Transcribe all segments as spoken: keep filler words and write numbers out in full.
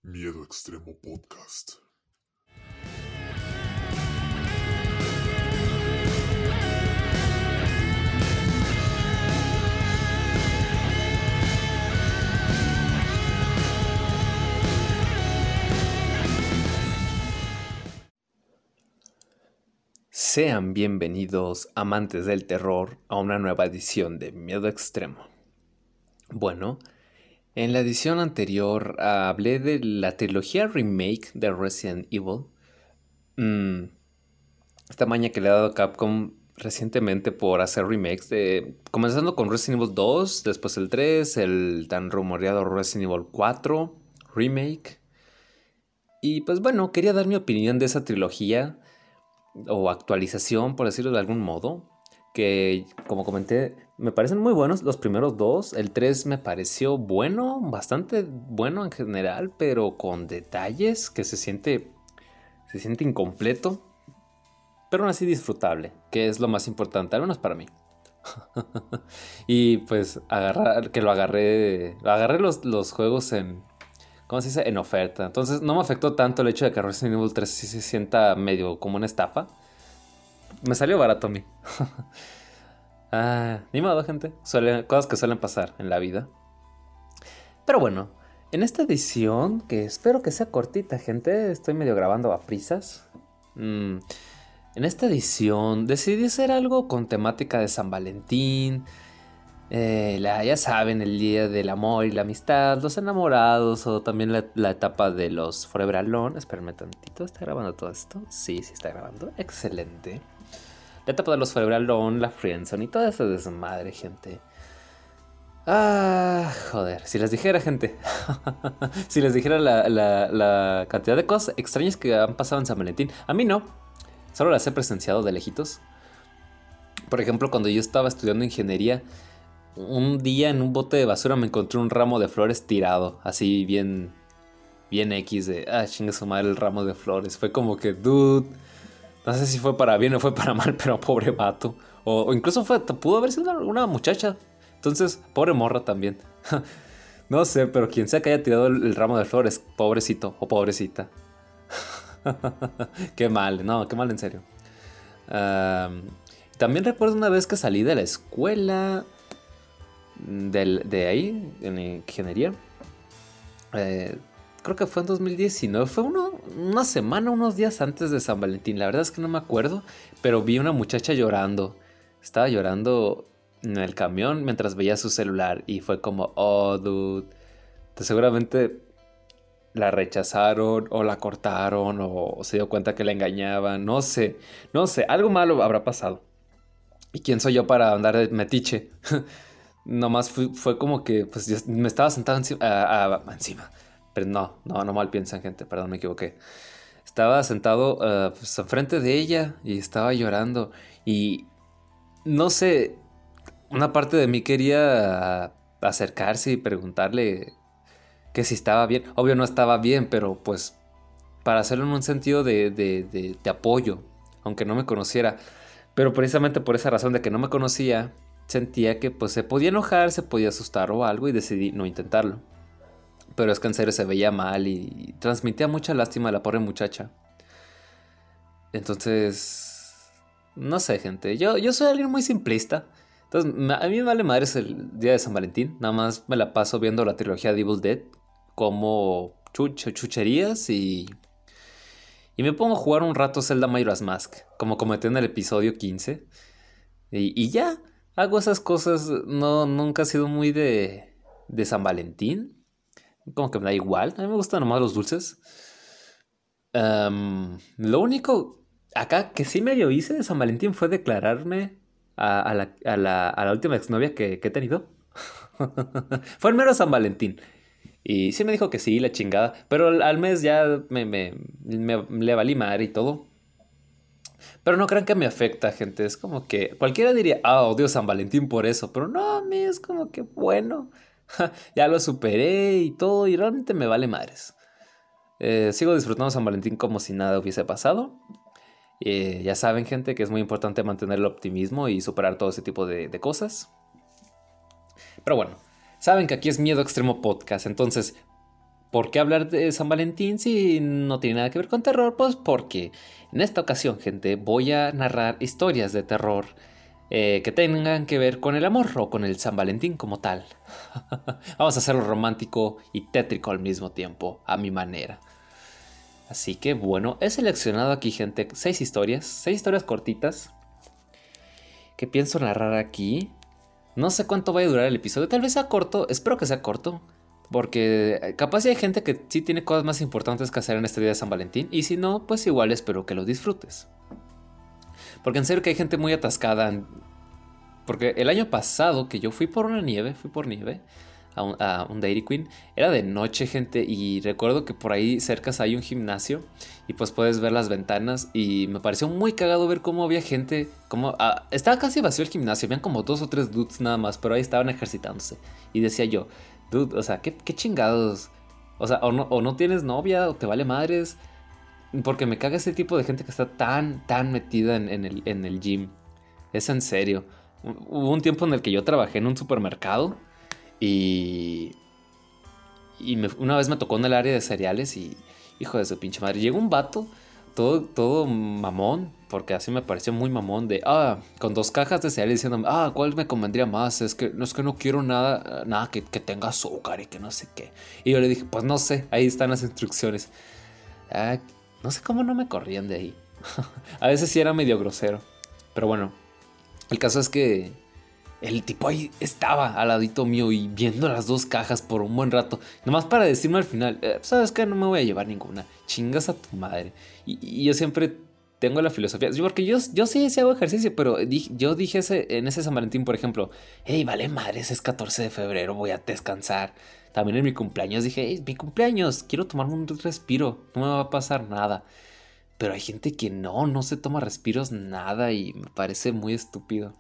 Miedo Extremo Podcast. Sean bienvenidos, amantes del terror, a una nueva edición de Miedo Extremo. Bueno, en la edición anterior uh, hablé de la trilogía remake de Resident Evil. Mm, esta maña que le ha dado Capcom recientemente por hacer remakes, de, comenzando con Resident Evil dos, después el tres, el tan rumoreado Resident Evil cuatro remake. Y pues bueno, quería dar mi opinión de esa trilogía o actualización, por decirlo de algún modo, que como comenté, me parecen muy buenos los primeros dos. El tres me pareció bueno, bastante bueno en general, pero con detalles que se siente, se siente incompleto, pero aún así disfrutable, que es lo más importante, al menos para mí. Y pues agarrar, que lo agarré, agarré los, los juegos en, ¿cómo se dice? En oferta. Entonces no me afectó tanto el hecho de que Resident Evil tres sí se sienta medio como una estafa. Me salió barato a mí. Ah, ni modo, gente. Suele, cosas que suelen pasar en la vida. Pero bueno, en esta edición, que espero que sea cortita, gente. Estoy medio grabando a prisas. Mm, en esta edición decidí hacer algo con temática de San Valentín. Eh, la, ya saben, el día del amor y la amistad, los enamorados, o también la, la etapa de los Forever Alone. Espérenme tantito, ¿está grabando todo esto? Sí, sí está grabando. Excelente. La etapa de los Forever Alone, la Friendzone y toda esa desmadre, gente. Ah, joder, si les dijera, gente. Si les dijera la, la, la cantidad de cosas extrañas que han pasado en San Valentín. A mí no, solo las he presenciado de lejitos. Por ejemplo, cuando yo estaba estudiando ingeniería, un día en un bote de basura me encontré un ramo de flores tirado, así bien, bien X de, ah, chingue su madre el ramo de flores. Fue como que, dude, no sé si fue para bien o fue para mal, pero pobre vato. O, o incluso fue, pudo haber sido una, una muchacha. Entonces, pobre morra también. No sé, pero quien sea que haya tirado el, el ramo de flores, pobrecito o pobrecita. Qué mal, no, qué mal en serio. Um, también recuerdo una vez que salí de la escuela, de, de ahí, en ingeniería. Eh, creo que fue en dos mil diecinueve. Fue uno, una semana, unos días antes de San Valentín. La verdad es que no me acuerdo, pero vi una muchacha llorando. Estaba llorando en el camión mientras veía su celular. Y fue como, oh, dude. Entonces, seguramente la rechazaron o la cortaron o se dio cuenta que la engañaban. No sé, no sé. Algo malo habrá pasado. ¿Y quién soy yo para andar de metiche? Nomás fue, fue como que pues yo me estaba sentado encima, uh, uh, encima. Pero no, no, no mal piensan, gente, perdón, me equivoqué. Estaba sentado uh, pues, enfrente de ella y estaba llorando. Y no sé, una parte de mí quería acercarse y preguntarle que si estaba bien. Obvio no estaba bien, pero pues para hacerlo en un sentido de, de, de, de apoyo, aunque no me conociera. Pero precisamente por esa razón de que no me conocía, sentía que pues se podía enojar, se podía asustar o algo y decidí no intentarlo. Pero es que en serio se veía mal y transmitía mucha lástima a la pobre muchacha. Entonces, no sé, gente, yo, yo soy alguien muy simplista. Entonces, a mí me vale madres el día de San Valentín. Nada más me la paso viendo la trilogía de Evil Dead, como chuch chucherías y... Y me pongo a jugar un rato Zelda Majora's Mask, como comenté en el episodio quince. Y, y ya, hago esas cosas. No, nunca he sido muy de, de San Valentín. Como que me da igual. A mí me gustan nomás los dulces. Um, lo único acá que sí medio hice de San Valentín fue declararme a, a, la, a, la, a la última exnovia que, que he tenido. Fue el mero San Valentín. Y sí me dijo que sí, la chingada. Pero al, al mes ya me, me, me, me le valí madre y todo. Pero no crean que me afecta, gente. Es como que cualquiera diría, ah, odio San Valentín por eso. Pero no, a mí es como que bueno. Ya lo superé y todo. Y realmente me vale madres. Eh, sigo disfrutando San Valentín como si nada hubiese pasado. Eh, ya saben, gente, que es muy importante mantener el optimismo y superar todo ese tipo de, de cosas. Pero bueno, saben que aquí es Miedo Extremo Podcast. Entonces, ¿Por qué hablar de San Valentín si no tiene nada que ver con terror? Pues porque en esta ocasión, gente, voy a narrar historias de terror eh, que tengan que ver con el amor o con el San Valentín como tal. Vamos a hacerlo romántico y tétrico al mismo tiempo, a mi manera. Así que bueno, he seleccionado aquí, gente, seis historias, seis historias cortitas que pienso narrar aquí. No sé cuánto vaya a durar el episodio, tal vez sea corto, espero que sea corto. Porque capaz hay gente que sí tiene cosas más importantes que hacer en este día de San Valentín. Y si no, pues igual espero que lo disfrutes. Porque en serio que hay gente muy atascada. Porque el año pasado que yo fui por una nieve, fui por nieve a un, a un Dairy Queen, era de noche, gente. Y recuerdo que por ahí cerca hay un gimnasio. Y pues puedes ver las ventanas. Y me pareció muy cagado ver cómo había gente. Como, ah, estaba casi vacío el gimnasio. Habían como dos o tres dudes nada más. Pero ahí estaban ejercitándose. Y decía yo, dude, o sea, ¿qué, qué chingados? O sea, o no, o no tienes novia o te vale madres. Porque me caga ese tipo de gente que está tan, tan metida en, en, el, en el gym. Es en serio. Hubo un tiempo en el que yo trabajé en un supermercado. Y... Y me, una vez me tocó en el área de cereales y... Hijo de su pinche madre. Llegó un vato, todo, todo mamón. Porque así me pareció muy mamón de... Ah, con dos cajas de cereales diciéndome... Ah, ¿cuál me convendría más? Es que no, es que no quiero nada, nada que, que tenga azúcar y que no sé qué. Y yo le dije, pues no sé, ahí están las instrucciones. Ah, no sé cómo no me corrían de ahí. A veces sí era medio grosero. Pero bueno, el caso es que el tipo ahí estaba al ladito mío y viendo las dos cajas por un buen rato. Nomás para decirme al final, eh, ¿sabes qué? No me voy a llevar ninguna. Chingas a tu madre. Y, y yo siempre tengo la filosofía. Porque yo, yo sí, sí hago ejercicio, pero di, yo dije ese, en ese San Valentín, por ejemplo, hey, vale madres, es catorce de febrero, voy a descansar. También en mi cumpleaños dije, hey, es mi cumpleaños, quiero tomarme un respiro, no me va a pasar nada. Pero hay gente que no, no se toma respiros nada y me parece muy estúpido.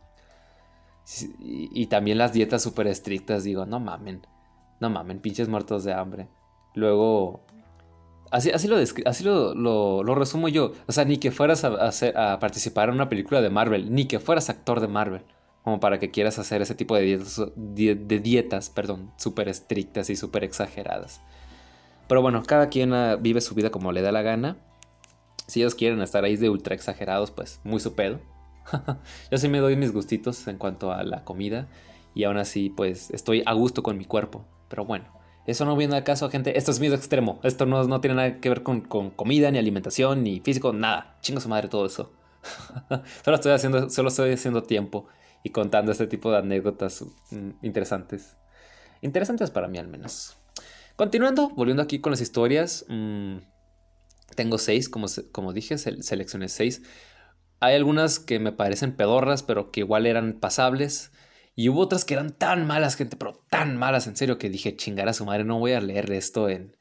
Y, y también las dietas súper estrictas, digo, no mamen, no mamen, pinches muertos de hambre. Luego, así, así, lo, así lo, lo, lo resumo yo. O sea, ni que fueras a, a, hacer, a participar en una película de Marvel, ni que fueras actor de Marvel. Como para que quieras hacer ese tipo de dietas, de, de dietas, perdón, súper estrictas y súper exageradas. Pero bueno, cada quien uh, vive su vida como le da la gana. Si ellos quieren estar ahí de ultra exagerados, pues muy su pedo. Yo sí me doy mis gustitos en cuanto a la comida. Y aún así, pues estoy a gusto con mi cuerpo. Pero bueno, eso no viene al caso, gente. Esto es miedo extremo. Esto no, no tiene nada que ver con, con comida, ni alimentación, ni físico, nada. Chingo su madre todo eso. Solo estoy haciendo, solo estoy haciendo tiempo y contando este tipo de anécdotas mm, interesantes. Interesantes para mí al menos. Continuando, volviendo aquí con las historias. Mmm, tengo seis, como, como dije, seleccioné seis. Hay algunas que me parecen pedorras, pero que igual eran pasables. Y hubo otras que eran tan malas, gente, pero tan malas, en serio, que dije, chingar a su madre, no voy a leer esto en,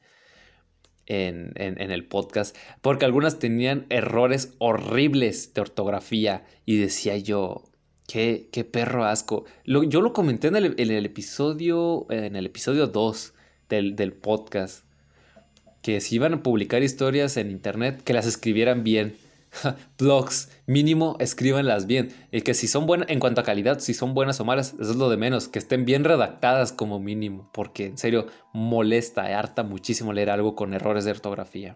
en, en, en el podcast. Porque algunas tenían errores horribles de ortografía. Y decía yo, qué, qué perro asco. Lo, yo lo comenté en el, en el episodio, en el episodio dos del, del podcast. Que si iban a publicar historias en internet, que las escribieran bien. Blogs, mínimo escríbanlas bien. Y que si son buenas, en cuanto a calidad, si son buenas o malas, eso es lo de menos. Que estén bien redactadas como mínimo. Porque en serio molesta, harta muchísimo leer algo con errores de ortografía.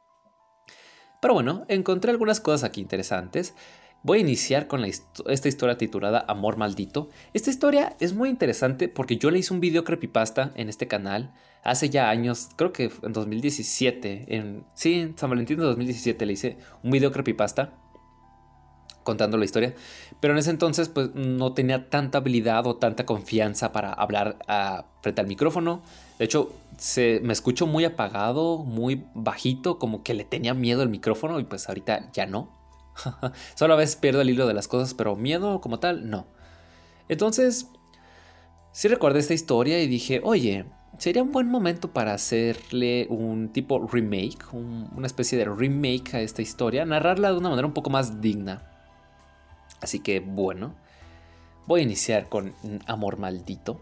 Pero bueno, encontré algunas cosas aquí interesantes. Voy a iniciar con la histo- esta historia titulada Amor Maldito. Esta historia es muy interesante porque yo le hice un video creepypasta en este canal hace ya años, creo que en dos mil diecisiete, en, sí, en San Valentín de dos mil diecisiete le hice un video creepypasta contando la historia, pero en ese entonces pues no tenía tanta habilidad o tanta confianza para hablar uh, frente al micrófono. De hecho, se, me escucho muy apagado, muy bajito, como que le tenía miedo al micrófono y pues ahorita ya no. Solo a veces pierdo el hilo de las cosas, pero miedo como tal, no. Entonces, sí recordé esta historia y dije, oye, sería un buen momento para hacerle un tipo remake, un, una especie de remake a esta historia, narrarla de una manera un poco más digna. Así que bueno, voy a iniciar con Amor Maldito.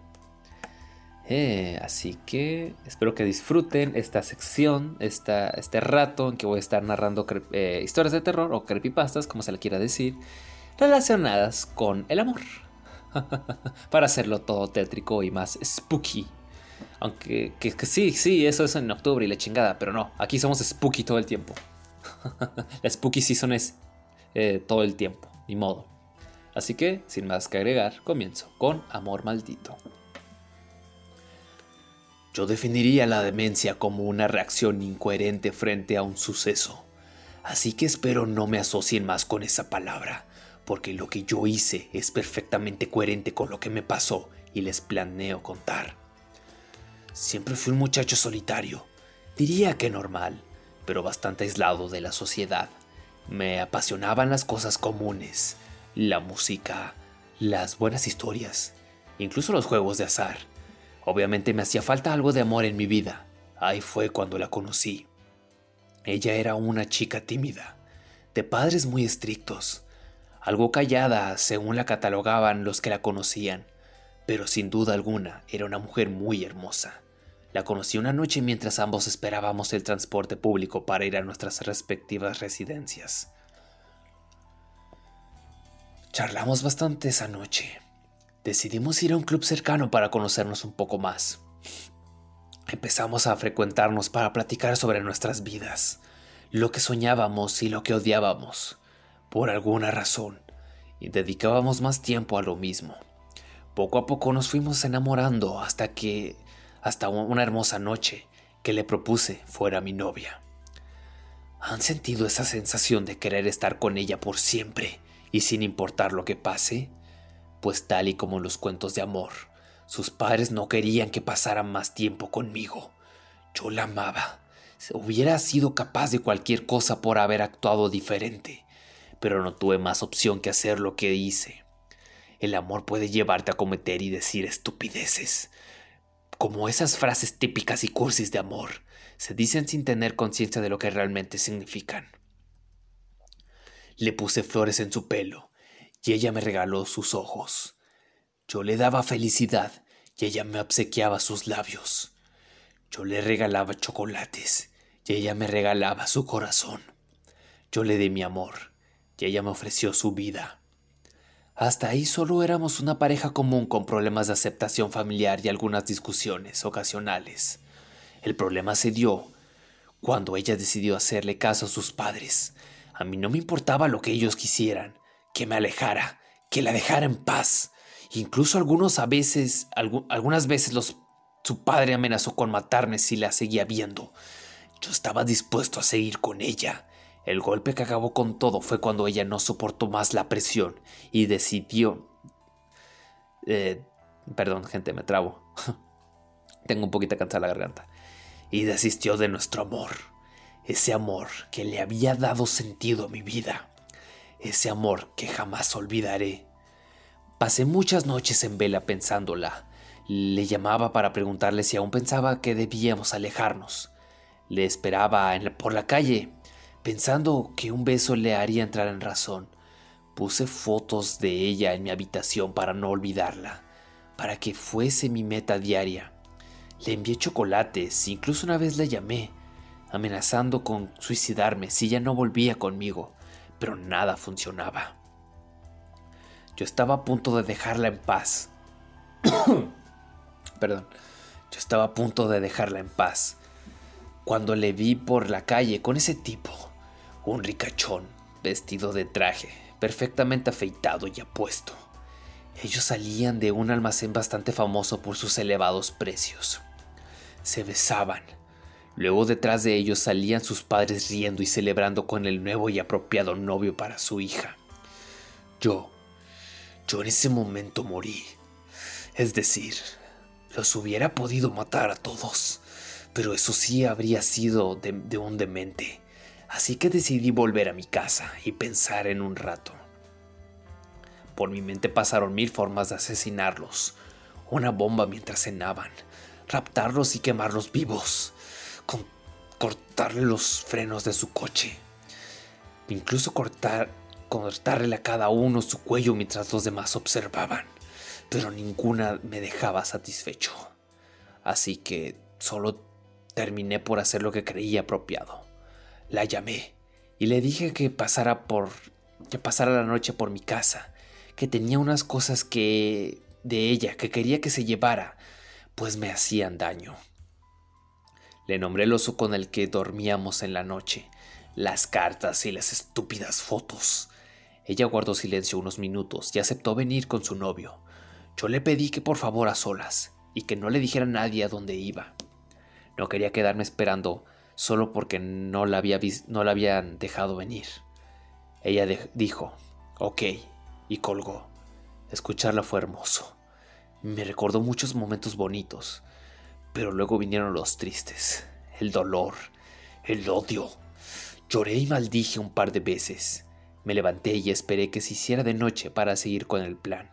Eh, así que espero que disfruten esta sección, esta, este rato en que voy a estar narrando eh, historias de terror o creepypastas, como se le quiera decir, relacionadas con el amor. Para hacerlo todo tétrico y más spooky. Aunque que, que sí, sí, eso es en octubre y la chingada, pero no, aquí somos spooky todo el tiempo. La spooky season es eh, todo el tiempo, ni modo. Así que, sin más que agregar, comienzo con Amor Maldito. Yo definiría la demencia como una reacción incoherente frente a un suceso. Así que espero no me asocien más con esa palabra, porque lo que yo hice es perfectamente coherente con lo que me pasó y les planeo contar. Siempre fui un muchacho solitario, diría que normal, pero bastante aislado de la sociedad. Me apasionaban las cosas comunes, la música, las buenas historias, incluso los juegos de azar. Obviamente me hacía falta algo de amor en mi vida. Ahí fue cuando la conocí. Ella era una chica tímida, de padres muy estrictos, algo callada según la catalogaban los que la conocían, pero sin duda alguna era una mujer muy hermosa. La conocí una noche mientras ambos esperábamos el transporte público para ir a nuestras respectivas residencias. Charlamos bastante esa noche. Decidimos ir a un club cercano para conocernos un poco más. Empezamos a frecuentarnos para platicar sobre nuestras vidas, lo que soñábamos y lo que odiábamos, por alguna razón, y dedicábamos más tiempo a lo mismo. Poco a poco nos fuimos enamorando hasta que, hasta una hermosa noche, que le propuse fuera mi novia. ¿Han sentido esa sensación de querer estar con ella por siempre y sin importar lo que pase? Pues tal y como en los cuentos de amor, sus padres no querían que pasaran más tiempo conmigo. Yo la amaba. Hubiera sido capaz de cualquier cosa por haber actuado diferente, pero no tuve más opción que hacer lo que hice. El amor puede llevarte a cometer y decir estupideces, como esas frases típicas y cursis de amor. Se dicen sin tener conciencia de lo que realmente significan. Le puse flores en su pelo y ella me regaló sus ojos. Yo le daba felicidad y ella me obsequiaba sus labios. Yo le regalaba chocolates y ella me regalaba su corazón. Yo le di mi amor y ella me ofreció su vida. Hasta ahí solo éramos una pareja común con problemas de aceptación familiar y algunas discusiones ocasionales. El problema se dio cuando ella decidió hacerle caso a sus padres. A mí no me importaba lo que ellos quisieran, que me alejara, que la dejara en paz. Incluso algunos a veces, algu- algunas veces los, su padre amenazó con matarme si la seguía viendo. Yo estaba dispuesto a seguir con ella. El golpe que acabó con todo fue cuando ella no soportó más la presión y decidió... Eh, perdón, gente, me trabo. Tengo un poquito cansada la garganta. Y desistió de nuestro amor. Ese amor que le había dado sentido a mi vida. Ese amor que jamás olvidaré. Pasé muchas noches en vela pensándola. Le llamaba para preguntarle si aún pensaba que debíamos alejarnos. Le esperaba en la, por la calle, pensando que un beso le haría entrar en razón. Puse fotos de ella en mi habitación para no olvidarla, para que fuese mi meta diaria. Le envié chocolates, incluso una vez la llamé, amenazando con suicidarme si ella no volvía conmigo, pero nada funcionaba. Yo estaba a punto de dejarla en paz. Perdón. Yo estaba a punto de dejarla en paz cuando le vi por la calle con ese tipo, un ricachón, vestido de traje, perfectamente afeitado y apuesto. Ellos salían de un almacén bastante famoso por sus elevados precios. Se besaban. Luego detrás de ellos salían sus padres riendo y celebrando con el nuevo y apropiado novio para su hija. Yo, yo en ese momento morí. Es decir, los hubiera podido matar a todos, pero eso sí habría sido de, de un demente. Así que decidí volver a mi casa y pensar en un rato. Por mi mente pasaron mil formas de asesinarlos. Una bomba mientras cenaban, raptarlos y quemarlos vivos, con, cortarle los frenos de su coche, incluso cortar, cortarle a cada uno su cuello mientras los demás observaban, pero ninguna me dejaba satisfecho. Así que solo terminé por hacer lo que creía apropiado. La llamé y le dije que pasara por que pasara la noche por mi casa, que tenía unas cosas que de ella que quería que se llevara, pues me hacían daño. Le nombré el oso con el que dormíamos en la noche, las cartas y las estúpidas fotos. Ella guardó silencio unos minutos y aceptó venir con su novio. Yo le pedí que por favor a solas y que no le dijera a nadie a dónde iba. No quería quedarme esperando solo porque no la, había vis- no la habían dejado venir. Ella de- dijo, ok, y colgó. Escucharla fue hermoso. Me recordó muchos momentos bonitos, pero luego vinieron los tristes, el dolor, el odio. Lloré y maldije un par de veces. Me levanté y esperé que se hiciera de noche para seguir con el plan.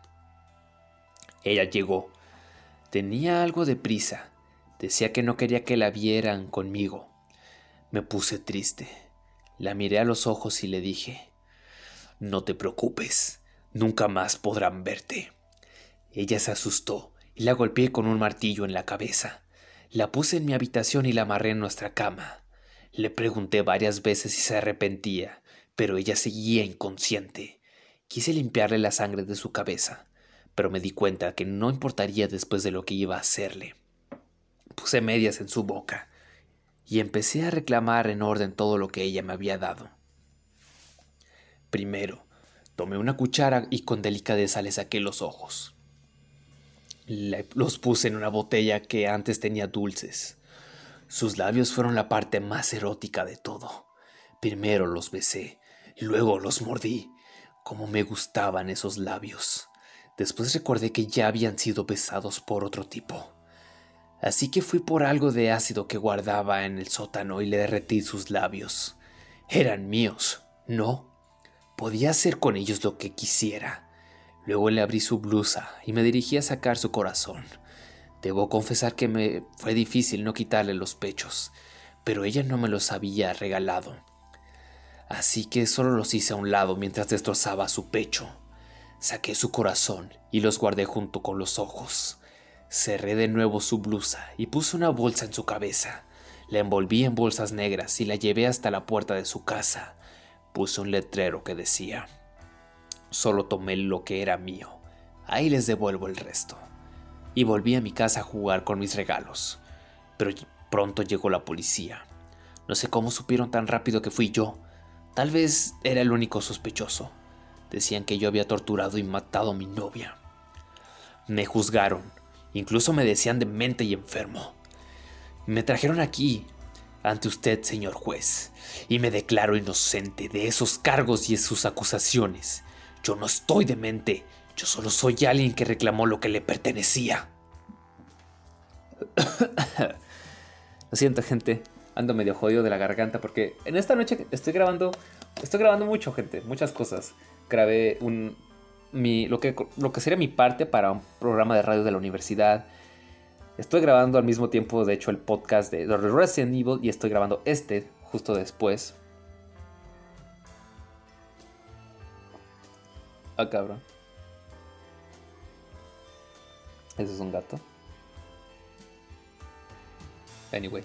Ella llegó. Tenía algo de prisa. Decía que no quería que la vieran conmigo. Me puse triste. La miré a los ojos y le dije, no te preocupes, nunca más podrán verte. Ella se asustó y la golpeé con un martillo en la cabeza. La puse en mi habitación y la amarré en nuestra cama. Le pregunté varias veces si se arrepentía, pero ella seguía inconsciente. Quise limpiarle la sangre de su cabeza, pero me di cuenta que no importaría después de lo que iba a hacerle. Puse medias en su boca y empecé a reclamar en orden todo lo que ella me había dado. Primero, tomé una cuchara y con delicadeza le saqué los ojos. Le- los puse en una botella que antes tenía dulces. Sus labios fueron la parte más erótica de todo. Primero los besé, luego los mordí. Cómo me gustaban esos labios. Después recordé que ya habían sido besados por otro tipo. Así que fui por algo de ácido que guardaba en el sótano y le derretí sus labios. Eran míos, ¿no? Podía hacer con ellos lo que quisiera. Luego le abrí su blusa y me dirigí a sacar su corazón. Debo confesar que me fue difícil no quitarle los pechos, pero ella no me los había regalado. Así que solo los hice a un lado mientras destrozaba su pecho. Saqué su corazón y los guardé junto con los ojos. Cerré de nuevo su blusa y puse una bolsa en su cabeza. La envolví en bolsas negras y la llevé hasta la puerta de su casa. Puse un letrero que decía, solo tomé lo que era mío, ahí les devuelvo el resto. Y volví a mi casa a jugar con mis regalos. Pero pronto llegó la policía. No sé cómo supieron tan rápido que fui yo. Tal vez era el único sospechoso. Decían que yo había torturado y matado a mi novia. Me juzgaron. Incluso me decían demente y enfermo. Me trajeron aquí, ante usted, señor juez, y me declaro inocente de esos cargos y de sus acusaciones. Yo no estoy demente. Yo solo soy alguien que reclamó lo que le pertenecía. Lo siento, gente. Ando medio jodido de la garganta porque en esta noche estoy grabando. Estoy grabando mucho, gente. Muchas cosas. Grabé un. Mi, lo, que, lo que sería mi parte para un programa de radio de la universidad. Estoy grabando al mismo tiempo, de hecho, el podcast de Resident Evil. Y estoy grabando este justo después. Ah, cabrón. Ese es un gato. Anyway.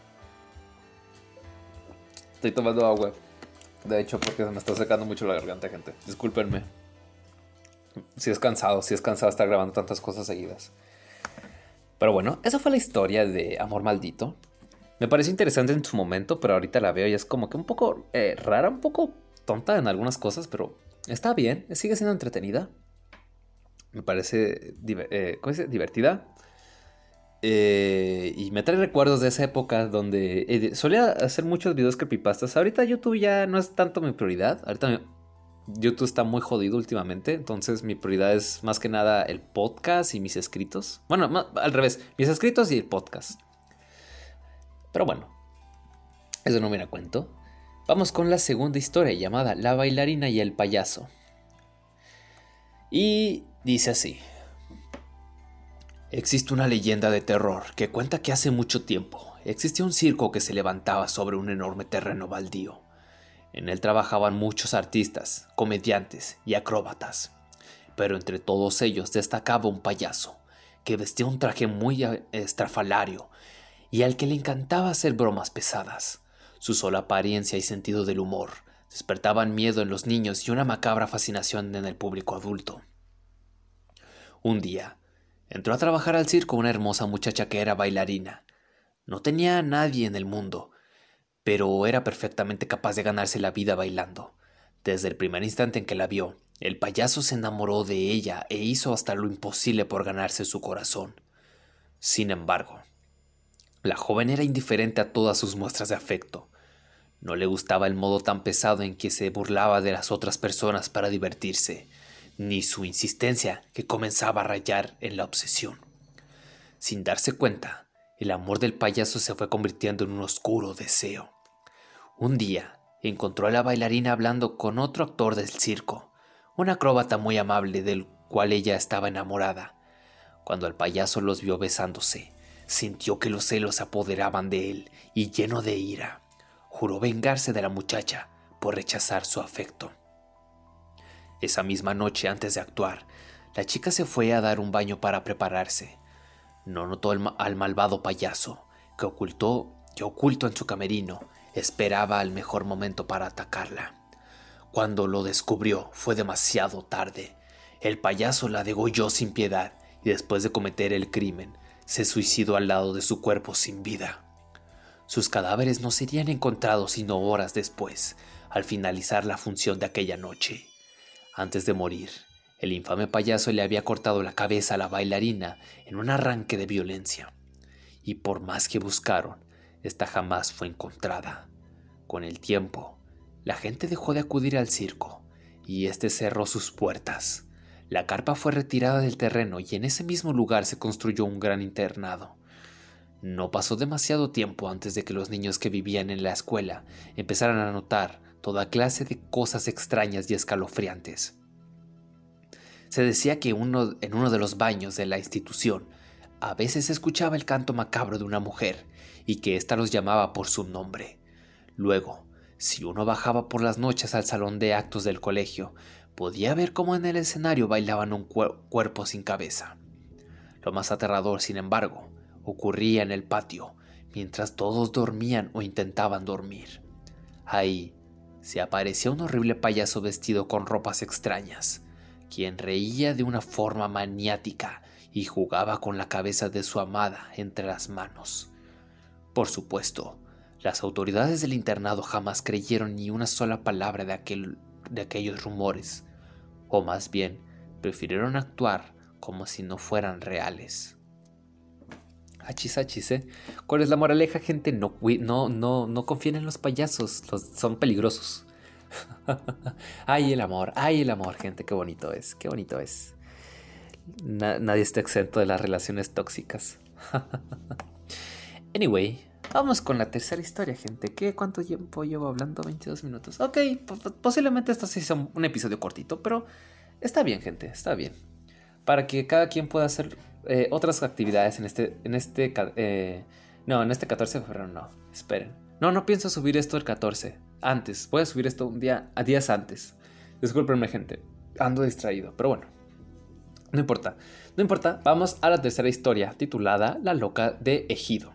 Estoy tomando agua. De hecho, porque se me está secando mucho la garganta, gente. Discúlpenme. Si es cansado, si es cansado estar grabando tantas cosas seguidas. Pero bueno, esa fue la historia de Amor Maldito. Me pareció interesante en su momento, pero ahorita la veo y es como que un poco eh, rara, un poco tonta en algunas cosas, pero está bien, sigue siendo entretenida. Me parece eh, ¿cómo se dice? Divertida. Eh, y me trae recuerdos de esa época donde eh, solía hacer muchos videos creepypastas. Ahorita YouTube ya no es tanto mi prioridad. Ahorita mi, YouTube está muy jodido últimamente. Entonces mi prioridad es más que nada el podcast y mis escritos. Bueno, más, al revés, mis escritos y el podcast. Pero bueno, eso no viene a cuento. Vamos con la segunda historia llamada La bailarina y el payaso. Y dice así. Existe una leyenda de terror que cuenta que hace mucho tiempo existía un circo que se levantaba sobre un enorme terreno baldío. En él trabajaban muchos artistas, comediantes y acróbatas, pero entre todos ellos destacaba un payaso que vestía un traje muy estrafalario y al que le encantaba hacer bromas pesadas. Su sola apariencia y sentido del humor despertaban miedo en los niños y una macabra fascinación en el público adulto. Un día, Entró a trabajar al circo una hermosa muchacha que era bailarina. No tenía a nadie en el mundo, pero era perfectamente capaz de ganarse la vida bailando. Desde el primer instante en que la vio, el payaso se enamoró de ella e hizo hasta lo imposible por ganarse su corazón. Sin embargo, la joven era indiferente a todas sus muestras de afecto. No le gustaba el modo tan pesado en que se burlaba de las otras personas para divertirse, ni su insistencia que comenzaba a rayar en la obsesión. Sin darse cuenta, el amor del payaso se fue convirtiendo en un oscuro deseo. Un día, encontró a la bailarina hablando con otro actor del circo, un acróbata muy amable del cual ella estaba enamorada. Cuando el payaso los vio besándose, sintió que los celos se apoderaban de él y, lleno de ira, juró vengarse de la muchacha por rechazar su afecto. Esa misma noche, antes de actuar, la chica se fue a dar un baño para prepararse. No notó al, al malvado payaso, que ocultó, que oculto en su camerino, esperaba el mejor momento para atacarla. Cuando lo descubrió, fue demasiado tarde. El payaso la degolló sin piedad y, después de cometer el crimen, se suicidó al lado de su cuerpo sin vida. Sus cadáveres no serían encontrados sino horas después, al finalizar la función de aquella noche. Antes de morir, el infame payaso le había cortado la cabeza a la bailarina en un arranque de violencia. Y por más que buscaron, esta jamás fue encontrada. Con el tiempo, la gente dejó de acudir al circo y este cerró sus puertas. La carpa fue retirada del terreno y en ese mismo lugar se construyó un gran internado. No pasó demasiado tiempo antes de que los niños que vivían en la escuela empezaran a notar toda clase de cosas extrañas y escalofriantes. Se decía que uno, en uno de los baños de la institución a veces se escuchaba el canto macabro de una mujer y que ésta los llamaba por su nombre. Luego, si uno bajaba por las noches al salón de actos del colegio, podía ver cómo en el escenario bailaban un cuer- cuerpo sin cabeza. Lo más aterrador, sin embargo, ocurría en el patio, mientras todos dormían o intentaban dormir. Ahí se aparecía un horrible payaso vestido con ropas extrañas, quien reía de una forma maniática y jugaba con la cabeza de su amada entre las manos. Por supuesto, las autoridades del internado jamás creyeron ni una sola palabra de, aquel, de aquellos rumores, o más bien, prefirieron actuar como si no fueran reales. Achis, achis, ¿eh? ¿Cuál es la moraleja, gente? No, no, no, no confíen en los payasos, los, son peligrosos. Ay, el amor, ay, el amor, gente, qué bonito es, qué bonito es. Na- nadie está exento de las relaciones tóxicas. Anyway, vamos con la tercera historia, gente. ¿Qué? ¿Cuánto tiempo llevo hablando? veintidós minutos. Ok, posiblemente esto sí sea un episodio cortito, pero está bien, gente, está bien. Para que cada quien pueda hacer eh, otras actividades en este... En este eh, no, en este catorce de febrero no. Esperen. No, no pienso subir esto el catorce. Antes. Voy a subir esto un día... A días antes. Discúlpenme, gente. Ando distraído. Pero bueno. No importa. No importa. Vamos a la tercera historia, titulada La loca de Ejido.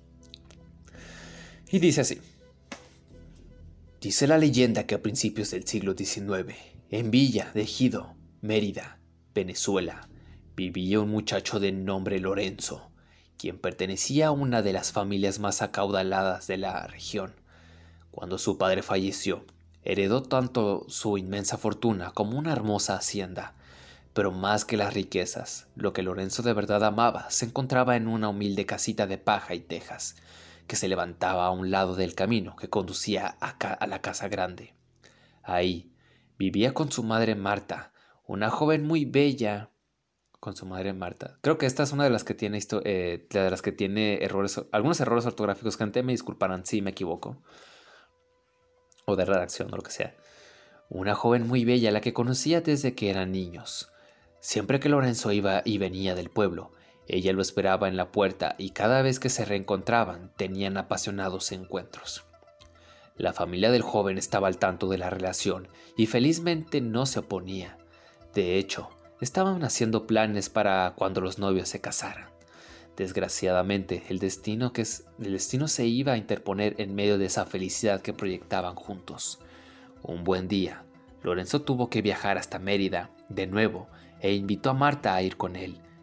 Y dice así. Dice la leyenda que a principios del siglo diecinueve, en Villa de Ejido, Mérida, Venezuela, vivía un muchacho de nombre Lorenzo, quien pertenecía a una de las familias más acaudaladas de la región. Cuando su padre falleció, heredó tanto su inmensa fortuna como una hermosa hacienda, pero más que las riquezas, lo que Lorenzo de verdad amaba se encontraba en una humilde casita de paja y tejas, que se levantaba a un lado del camino que conducía a, ca- a la casa grande. Ahí vivía con su madre Marta, una joven muy bella. Con su madre Marta. Creo que esta es una de las que tiene esto, eh, de las que tiene errores, algunos errores ortográficos. Gente, me disculparán si me equivoco. O de redacción o lo que sea. Una joven muy bella, la que conocía desde que eran niños. Siempre que Lorenzo iba y venía del pueblo, ella lo esperaba en la puerta y cada vez que se reencontraban tenían apasionados encuentros. La familia del joven estaba al tanto de la relación y felizmente no se oponía. De hecho, estaban haciendo planes para cuando los novios se casaran. Desgraciadamente, el destino, que es, el destino se iba a interponer en medio de esa felicidad que proyectaban juntos. Un buen día, Lorenzo tuvo que viajar hasta Mérida de nuevo e invitó a Marta a ir con él,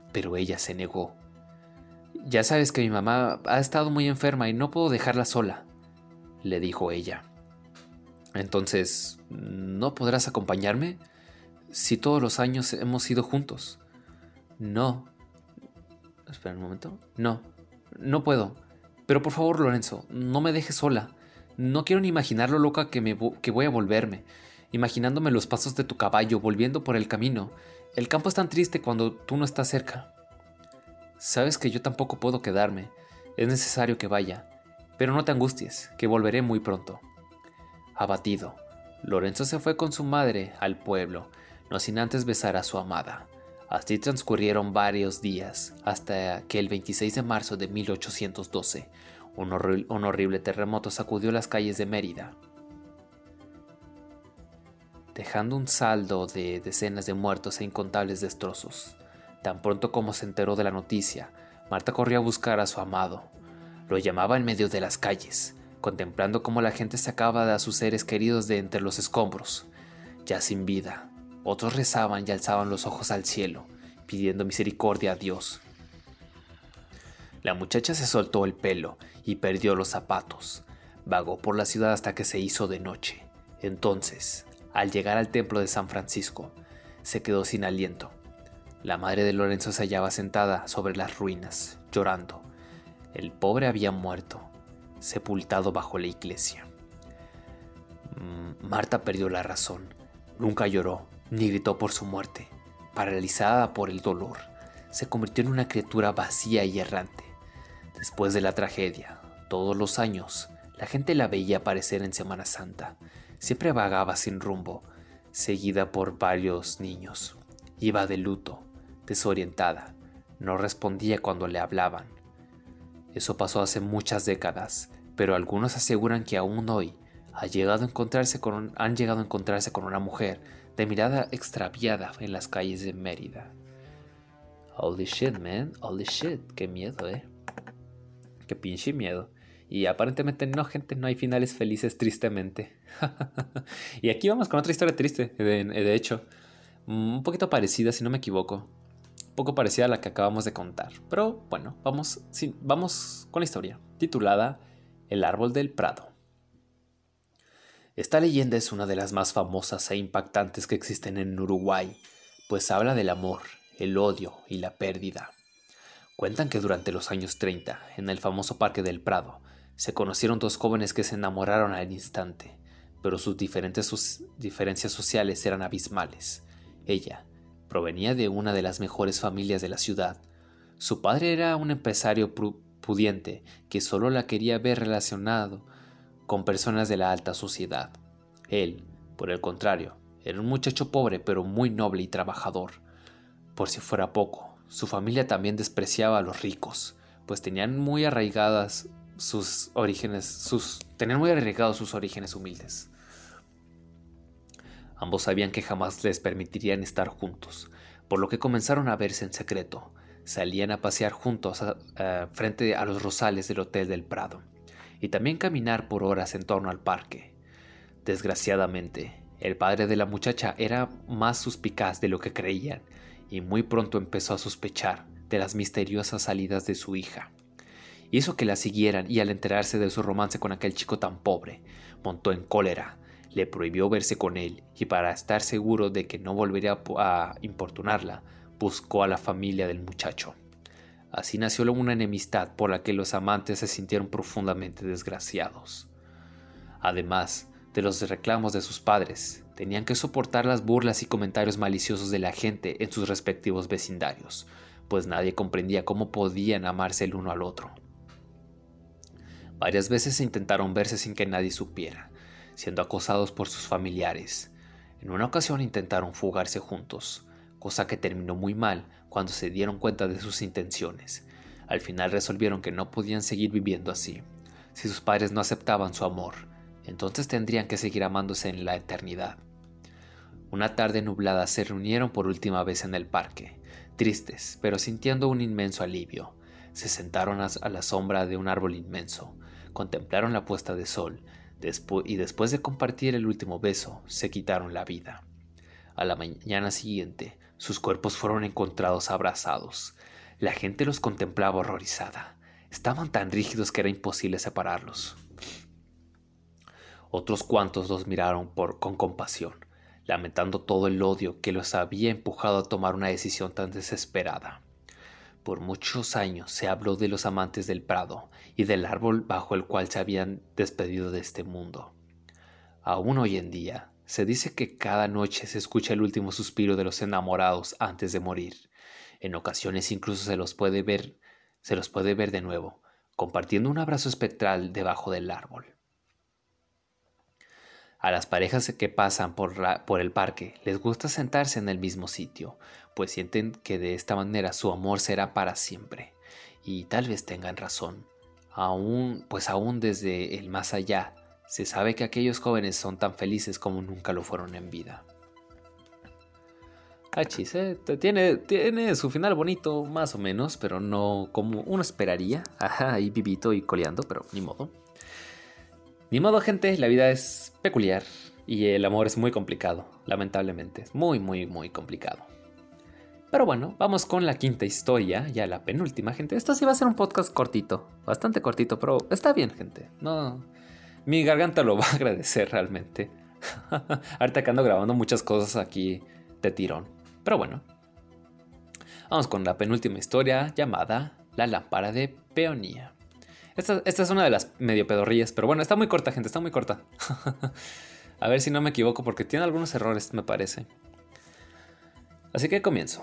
pero ella se negó. «Ya sabes que mi mamá ha estado muy enferma y no puedo dejarla sola», le dijo ella. «Entonces, ¿no podrás acompañarme? Si todos los años hemos ido juntos». «No». Espera un momento. «No, no puedo. Pero por favor, Lorenzo, no me dejes sola. No quiero ni imaginar lo loca que, me vo- que voy a volverme. Imaginándome los pasos de tu caballo volviendo por el camino. El campo es tan triste cuando tú no estás cerca». «Sabes que yo tampoco puedo quedarme. Es necesario que vaya. Pero no te angusties, que volveré muy pronto». Abatido, Lorenzo se fue con su madre al pueblo, no sin antes besar a su amada. Así transcurrieron varios días, hasta que el veintiséis de marzo de mil ochocientos doce, un, horri- un horrible terremoto sacudió las calles de Mérida, dejando un saldo de decenas de muertos e incontables destrozos. Tan pronto como se enteró de la noticia, Marta corrió a buscar a su amado. Lo llamaba en medio de las calles, contemplando cómo la gente sacaba a sus seres queridos de entre los escombros, ya sin vida. Otros rezaban y alzaban los ojos al cielo, pidiendo misericordia a Dios. La muchacha se soltó el pelo y perdió los zapatos. Vagó por la ciudad hasta que se hizo de noche. Entonces, al llegar al templo de San Francisco, se quedó sin aliento. La madre de Lorenzo se hallaba sentada sobre las ruinas, llorando. El pobre había muerto, sepultado bajo la iglesia. Marta perdió la razón. Nunca lloró, ni gritó por su muerte. Paralizada por el dolor, se convirtió en una criatura vacía y errante. Después de la tragedia, todos los años, la gente la veía aparecer en Semana Santa. Siempre vagaba sin rumbo, seguida por varios niños. Iba de luto, desorientada. No respondía cuando le hablaban. Eso pasó hace muchas décadas, pero algunos aseguran que aún hoy ha llegado a encontrarse con un, han llegado a encontrarse con una mujer de mirada extraviada en las calles de Mérida. Holy shit, man. Holy shit. Qué miedo, eh. Qué pinche miedo. Y aparentemente no, gente, no hay finales felices, tristemente. Y aquí vamos con otra historia triste, de, de hecho. Un poquito parecida, si no me equivoco. Un poco parecida a la que acabamos de contar. Pero bueno, vamos, sí, vamos con la historia, titulada El árbol del Prado. Esta leyenda es una de las más famosas e impactantes que existen en Uruguay, pues habla del amor, el odio y la pérdida. Cuentan que durante los años treinta, en el famoso Parque del Prado, se conocieron dos jóvenes que se enamoraron al instante, pero sus diferentes sus diferencias sociales eran abismales. Ella provenía de una de las mejores familias de la ciudad. Su padre era un empresario pudiente que solo la quería ver relacionado con personas de la alta sociedad. Él, por el contrario, era un muchacho pobre pero muy noble y trabajador. Por si fuera poco, su familia también despreciaba a los ricos, pues tenían muy arraigadas sus orígenes, sus, tenían muy arraigados sus orígenes humildes. Ambos sabían que jamás les permitirían estar juntos, por lo que comenzaron a verse en secreto. Salían a pasear juntos a, a, frente a los rosales del Hotel del Prado, y también caminar por horas en torno al parque. Desgraciadamente, el padre de la muchacha era más suspicaz de lo que creían, y muy pronto empezó a sospechar de las misteriosas salidas de su hija. Hizo que la siguieran y al enterarse de su romance con aquel chico tan pobre, montó en cólera, le prohibió verse con él y para estar seguro de que no volvería a importunarla, buscó a la familia del muchacho. Así nació una enemistad por la que los amantes se sintieron profundamente desgraciados. Además de los reclamos de sus padres, tenían que soportar las burlas y comentarios maliciosos de la gente en sus respectivos vecindarios, pues nadie comprendía cómo podían amarse el uno al otro. Varias veces intentaron verse sin que nadie supiera, siendo acosados por sus familiares. En una ocasión intentaron fugarse juntos, cosa que terminó muy mal cuando se dieron cuenta de sus intenciones. Al final resolvieron que no podían seguir viviendo así. Si sus padres no aceptaban su amor, entonces tendrían que seguir amándose en la eternidad. Una tarde nublada se reunieron por última vez en el parque, tristes, pero sintiendo un inmenso alivio. Se sentaron a la sombra de un árbol inmenso, contemplaron la puesta de sol, despu- y después de compartir el último beso, se quitaron la vida. A la mañana siguiente, Sus cuerpos fueron encontrados abrazados. La gente los contemplaba horrorizada. Estaban tan rígidos que era imposible separarlos. Otros cuantos los miraron por, con compasión, lamentando todo el odio que los había empujado a tomar una decisión tan desesperada. Por muchos años se habló de los amantes del prado y del árbol bajo el cual se habían despedido de este mundo. Aún hoy en día, se dice que cada noche se escucha el último suspiro de los enamorados antes de morir. En ocasiones incluso se los puede ver, se los puede ver de nuevo, compartiendo un abrazo espectral debajo del árbol. A las parejas que pasan por, la, por el parque les gusta sentarse en el mismo sitio, pues sienten que de esta manera su amor será para siempre. Y tal vez tengan razón. Aún, pues aún desde el más allá, se sabe que aquellos jóvenes son tan felices como nunca lo fueron en vida. Achis, eh, tiene, tiene su final bonito, más o menos, pero no como uno esperaría. Ajá, ahí vivito y coleando, pero ni modo. Ni modo, gente, la vida es peculiar y el amor es muy complicado, lamentablemente. Es muy, muy, muy complicado. Pero bueno, vamos con la quinta historia, ya la penúltima, gente. Esto sí va a ser un podcast cortito, bastante cortito, pero está bien, gente. No, mi garganta lo va a agradecer realmente. Ahorita que ando grabando muchas cosas aquí de tirón. Pero bueno, vamos con la penúltima historia llamada La lámpara de peonía. Esta, esta es una de las medio pedorrillas, pero bueno, está muy corta, gente, está muy corta. A ver si no me equivoco porque tiene algunos errores, me parece. Así que comienzo.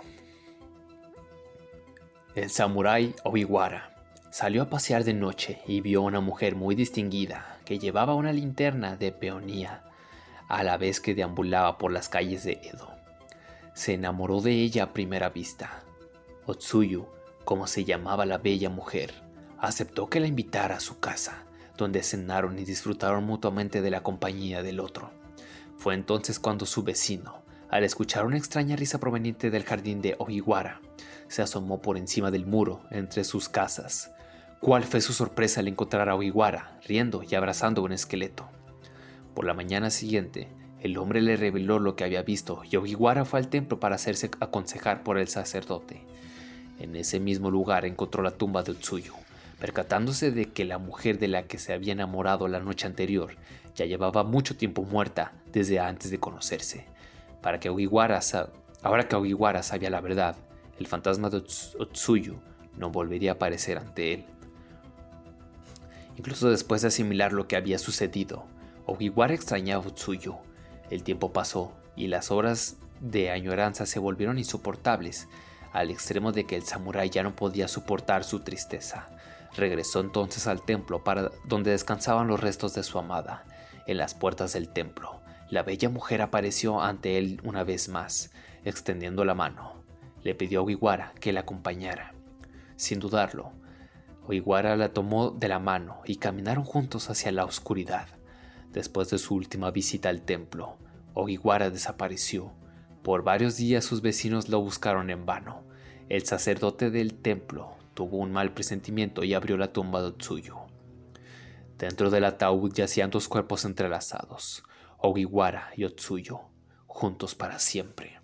El samurái Ogiwara salió a pasear de noche y vio a una mujer muy distinguida que llevaba una linterna de peonía a la vez que deambulaba por las calles de Edo. Se enamoró de ella a primera vista. Otsuyu, como se llamaba la bella mujer, aceptó que la invitara a su casa, donde cenaron y disfrutaron mutuamente de la compañía del otro. Fue entonces cuando su vecino, al escuchar una extraña risa proveniente del jardín de Ogiwara, se asomó por encima del muro entre sus casas. ¿Cuál fue su sorpresa al encontrar a Ogiwara riendo y abrazando un esqueleto? Por la mañana siguiente, el hombre le reveló lo que había visto y Ogiwara fue al templo para hacerse aconsejar por el sacerdote. En ese mismo lugar encontró la tumba de Otsuyu. Percatándose de que la mujer de la que se había enamorado la noche anterior ya llevaba mucho tiempo muerta desde antes de conocerse. Para que Ogiwara sa- Ahora que Ogiwara sabía la verdad, el fantasma de Otsuyu no volvería a aparecer ante él. Incluso después de asimilar lo que había sucedido, Ogiwara extrañaba a Otsuyu. El tiempo pasó y las horas de añoranza se volvieron insoportables, al extremo de que el samurái ya no podía soportar su tristeza. Regresó entonces al templo para donde descansaban los restos de su amada. En las puertas del templo, la bella mujer apareció ante él una vez más, extendiendo la mano. Le pidió a Ogiwara que la acompañara. Sin dudarlo, Ogiwara la tomó de la mano y caminaron juntos hacia la oscuridad. Después de su última visita al templo, Ogiwara desapareció. Por varios días sus vecinos lo buscaron en vano. El sacerdote del templo tuvo un mal presentimiento y abrió la tumba de Otsuyu. Dentro del ataúd yacían dos cuerpos entrelazados, Ogiwara y Otsuyu, juntos para siempre.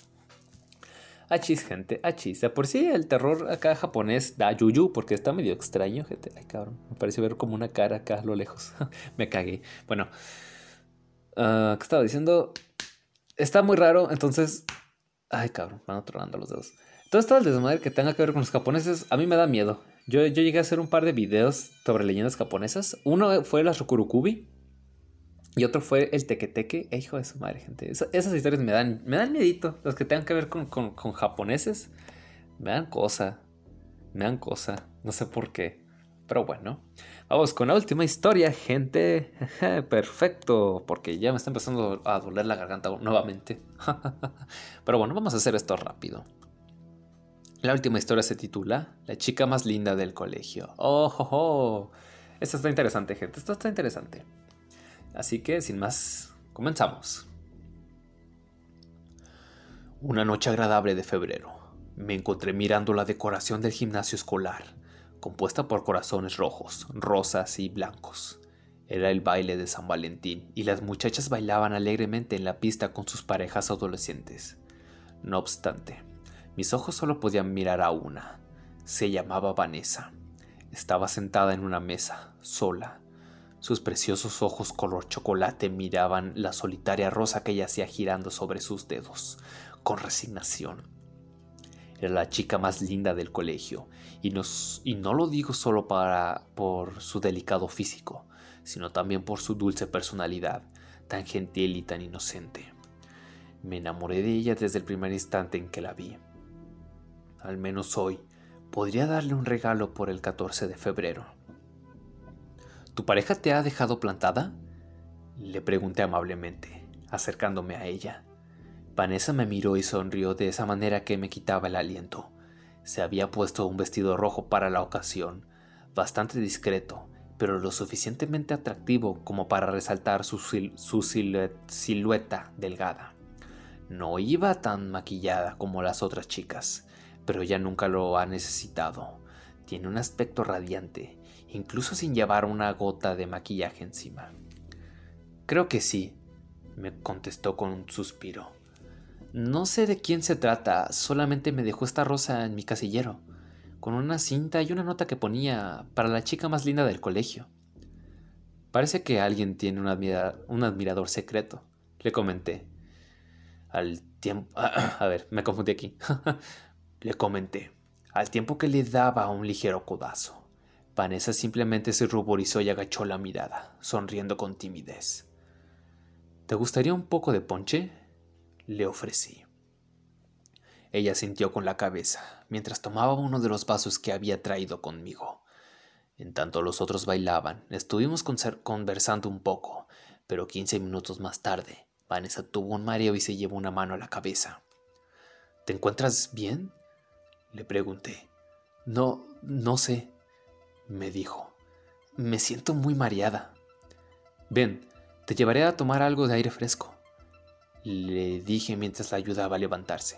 Achis, gente, achis. De por sí el terror acá japonés da yuyu porque está medio extraño, gente. Ay, cabrón, me pareció ver como una cara acá a lo lejos. Me cagué. Bueno, uh, ¿qué estaba diciendo? Está muy raro, entonces... Ay, cabrón, van tronando los dedos. Todo esto del desmadre que tenga que ver con los japoneses, a mí me da miedo. Yo, yo llegué a hacer un par de videos sobre leyendas japonesas. Uno fue las Rokurokubi y otro fue el Teke-Teke. Eh, hijo de su madre, gente. Eso, esas historias me dan, me dan miedito. Los que tengan que ver con, con, con japoneses, me dan cosa. Me dan cosa. No sé por qué. Pero bueno, vamos con la última historia, gente. Perfecto, porque ya me está empezando a doler la garganta nuevamente. Pero bueno, vamos a hacer esto rápido. La última historia se titula La chica más linda del colegio. ¡Oh, oh, oh! Esto está interesante, gente. Esto está interesante. Así que, sin más, comenzamos. Una noche agradable de febrero, me encontré mirando la decoración del gimnasio escolar, compuesta por corazones rojos, rosas y blancos. Era el baile de San Valentín y las muchachas bailaban alegremente en la pista con sus parejas adolescentes. No obstante, mis ojos solo podían mirar a una. Se llamaba Vanessa. Estaba sentada en una mesa, sola. Sus preciosos ojos color chocolate miraban la solitaria rosa que yacía girando sobre sus dedos, con resignación. Era la chica más linda del colegio, y no, y no lo digo solo para, por su delicado físico, sino también por su dulce personalidad, tan gentil y tan inocente. Me enamoré de ella desde el primer instante en que la vi. Al menos hoy, podría darle un regalo por el catorce de febrero. ¿Tu pareja te ha dejado plantada?, le pregunté amablemente, acercándome a ella. Vanessa me miró y sonrió de esa manera que me quitaba el aliento. Se había puesto un vestido rojo para la ocasión, bastante discreto, pero lo suficientemente atractivo como para resaltar su, sil su silu silueta delgada. No iba tan maquillada como las otras chicas, pero ella nunca lo ha necesitado. Tiene un aspecto radiante, incluso sin llevar una gota de maquillaje encima. Creo que sí, me contestó con un suspiro. No sé de quién se trata, solamente me dejó esta rosa en mi casillero, con una cinta y una nota que ponía para la chica más linda del colegio. Parece que alguien tiene un, admira un admirador secreto, le comenté. Al tiempo... A ver, me confundí aquí. Le comenté, al tiempo que le daba un ligero codazo. Vanessa simplemente se ruborizó y agachó la mirada, sonriendo con timidez. ¿Te gustaría un poco de ponche?, le ofrecí. Ella asintió con la cabeza, mientras tomaba uno de los vasos que había traído conmigo. En tanto los otros bailaban, estuvimos conversando un poco, pero quince minutos más tarde, Vanessa tuvo un mareo y se llevó una mano a la cabeza. ¿Te encuentras bien?, le pregunté. No, no sé, me dijo. Me siento muy mareada. Ven, te llevaré a tomar algo de aire fresco, le dije mientras la ayudaba a levantarse.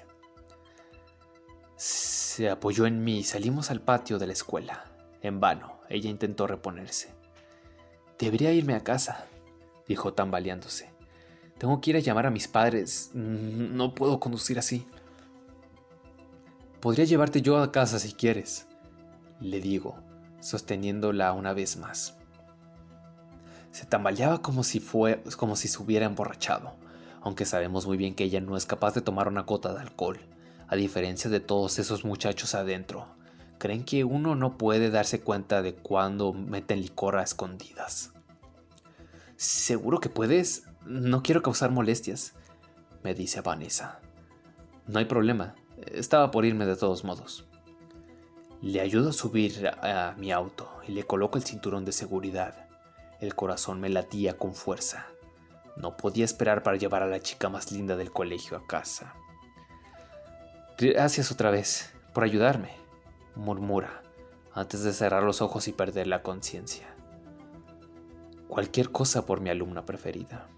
Se apoyó en mí y salimos al patio de la escuela. En vano, ella intentó reponerse. Debería irme a casa, dijo tambaleándose. Tengo que ir a llamar a mis padres. No puedo conducir así. Podría llevarte yo a casa si quieres, le digo, sosteniéndola una vez más. Se tambaleaba como si, fue, como si se hubiera emborrachado, aunque sabemos muy bien que ella no es capaz de tomar una gota de alcohol, a diferencia de todos esos muchachos adentro. Creen que uno no puede darse cuenta de cuando meten licor a escondidas. ¿Seguro que puedes? No quiero causar molestias, me dice Vanessa. No hay problema, estaba por irme de todos modos. Le ayudo a subir a, a mi auto y le coloco el cinturón de seguridad. El corazón me latía con fuerza. No podía esperar para llevar a la chica más linda del colegio a casa. Gracias otra vez por ayudarme, murmura, antes de cerrar los ojos y perder la conciencia. Cualquier cosa por mi alumna preferida.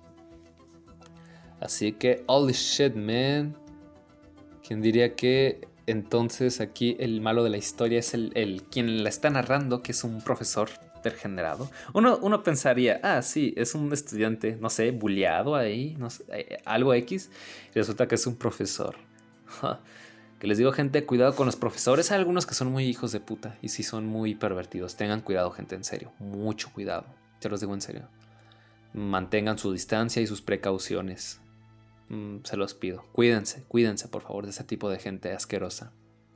Así que, holy shit, man. ¿Quién diría que entonces aquí el malo de la historia es el, el quien la está narrando, que es un profesor degenerado? Uno, uno pensaría, ah, sí, es un estudiante, no sé, bulleado ahí, no sé, eh, algo X, y resulta que es un profesor. Que les digo, gente, cuidado con los profesores. Hay algunos que son muy hijos de puta y sí son muy pervertidos. Tengan cuidado, gente, en serio, mucho cuidado, te los digo en serio. Mantengan su distancia y sus precauciones. Mm, se los pido. Cuídense, cuídense, por favor, de ese tipo de gente asquerosa.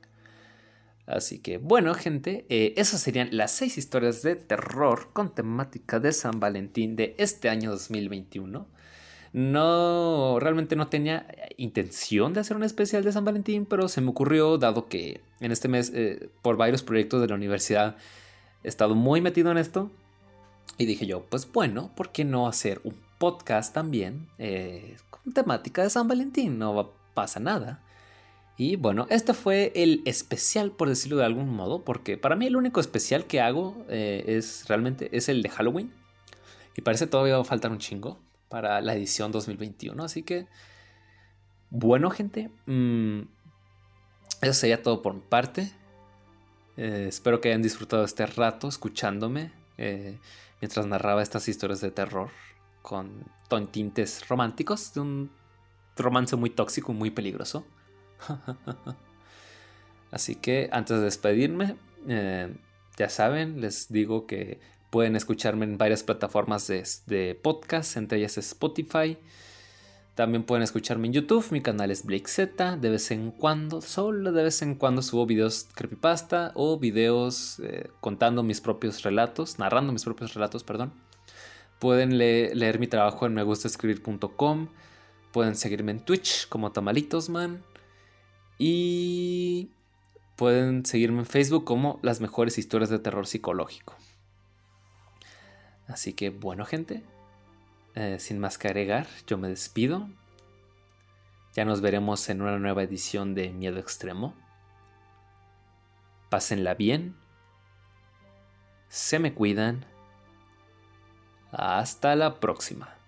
Así que, bueno, gente, eh, esas serían las seis historias de terror con temática de San Valentín de este año dos mil veintiuno. No, realmente no tenía intención de hacer un especial de San Valentín, pero se me ocurrió, dado que en este mes, eh, por varios proyectos de la universidad, he estado muy metido en esto. Y dije yo, pues bueno, ¿por qué no hacer un podcast también eh, con temática de San Valentín? No pasa nada. Y bueno, este fue el especial, por decirlo de algún modo, porque para mí el único especial que hago eh, es realmente es el de Halloween. Y parece que todavía va a faltar un chingo para la edición dos mil veintiuno. Así que, bueno, gente, mmm, eso sería todo por mi parte. Eh, espero que hayan disfrutado este rato escuchándome eh, mientras narraba estas historias de terror con tintes románticos de un romance muy tóxico, muy peligroso. Así que antes de despedirme, eh, ya saben, les digo que pueden escucharme en varias plataformas de, de podcast, entre ellas Spotify. También pueden escucharme en YouTube, mi canal es BlakeZ. De vez en cuando, solo de vez en cuando subo videos creepypasta o videos eh, contando mis propios relatos, narrando mis propios relatos, perdón. Pueden le leer mi trabajo en me gusta escribir punto com. Pueden seguirme en Twitch como Tamalitosman. Y pueden seguirme en Facebook como Las Mejores Historias de Terror Psicológico. Así que bueno, gente, eh, sin más que agregar, yo me despido. Ya nos veremos en una nueva edición de Miedo Extremo. Pásenla bien. Se me cuidan. Hasta la próxima.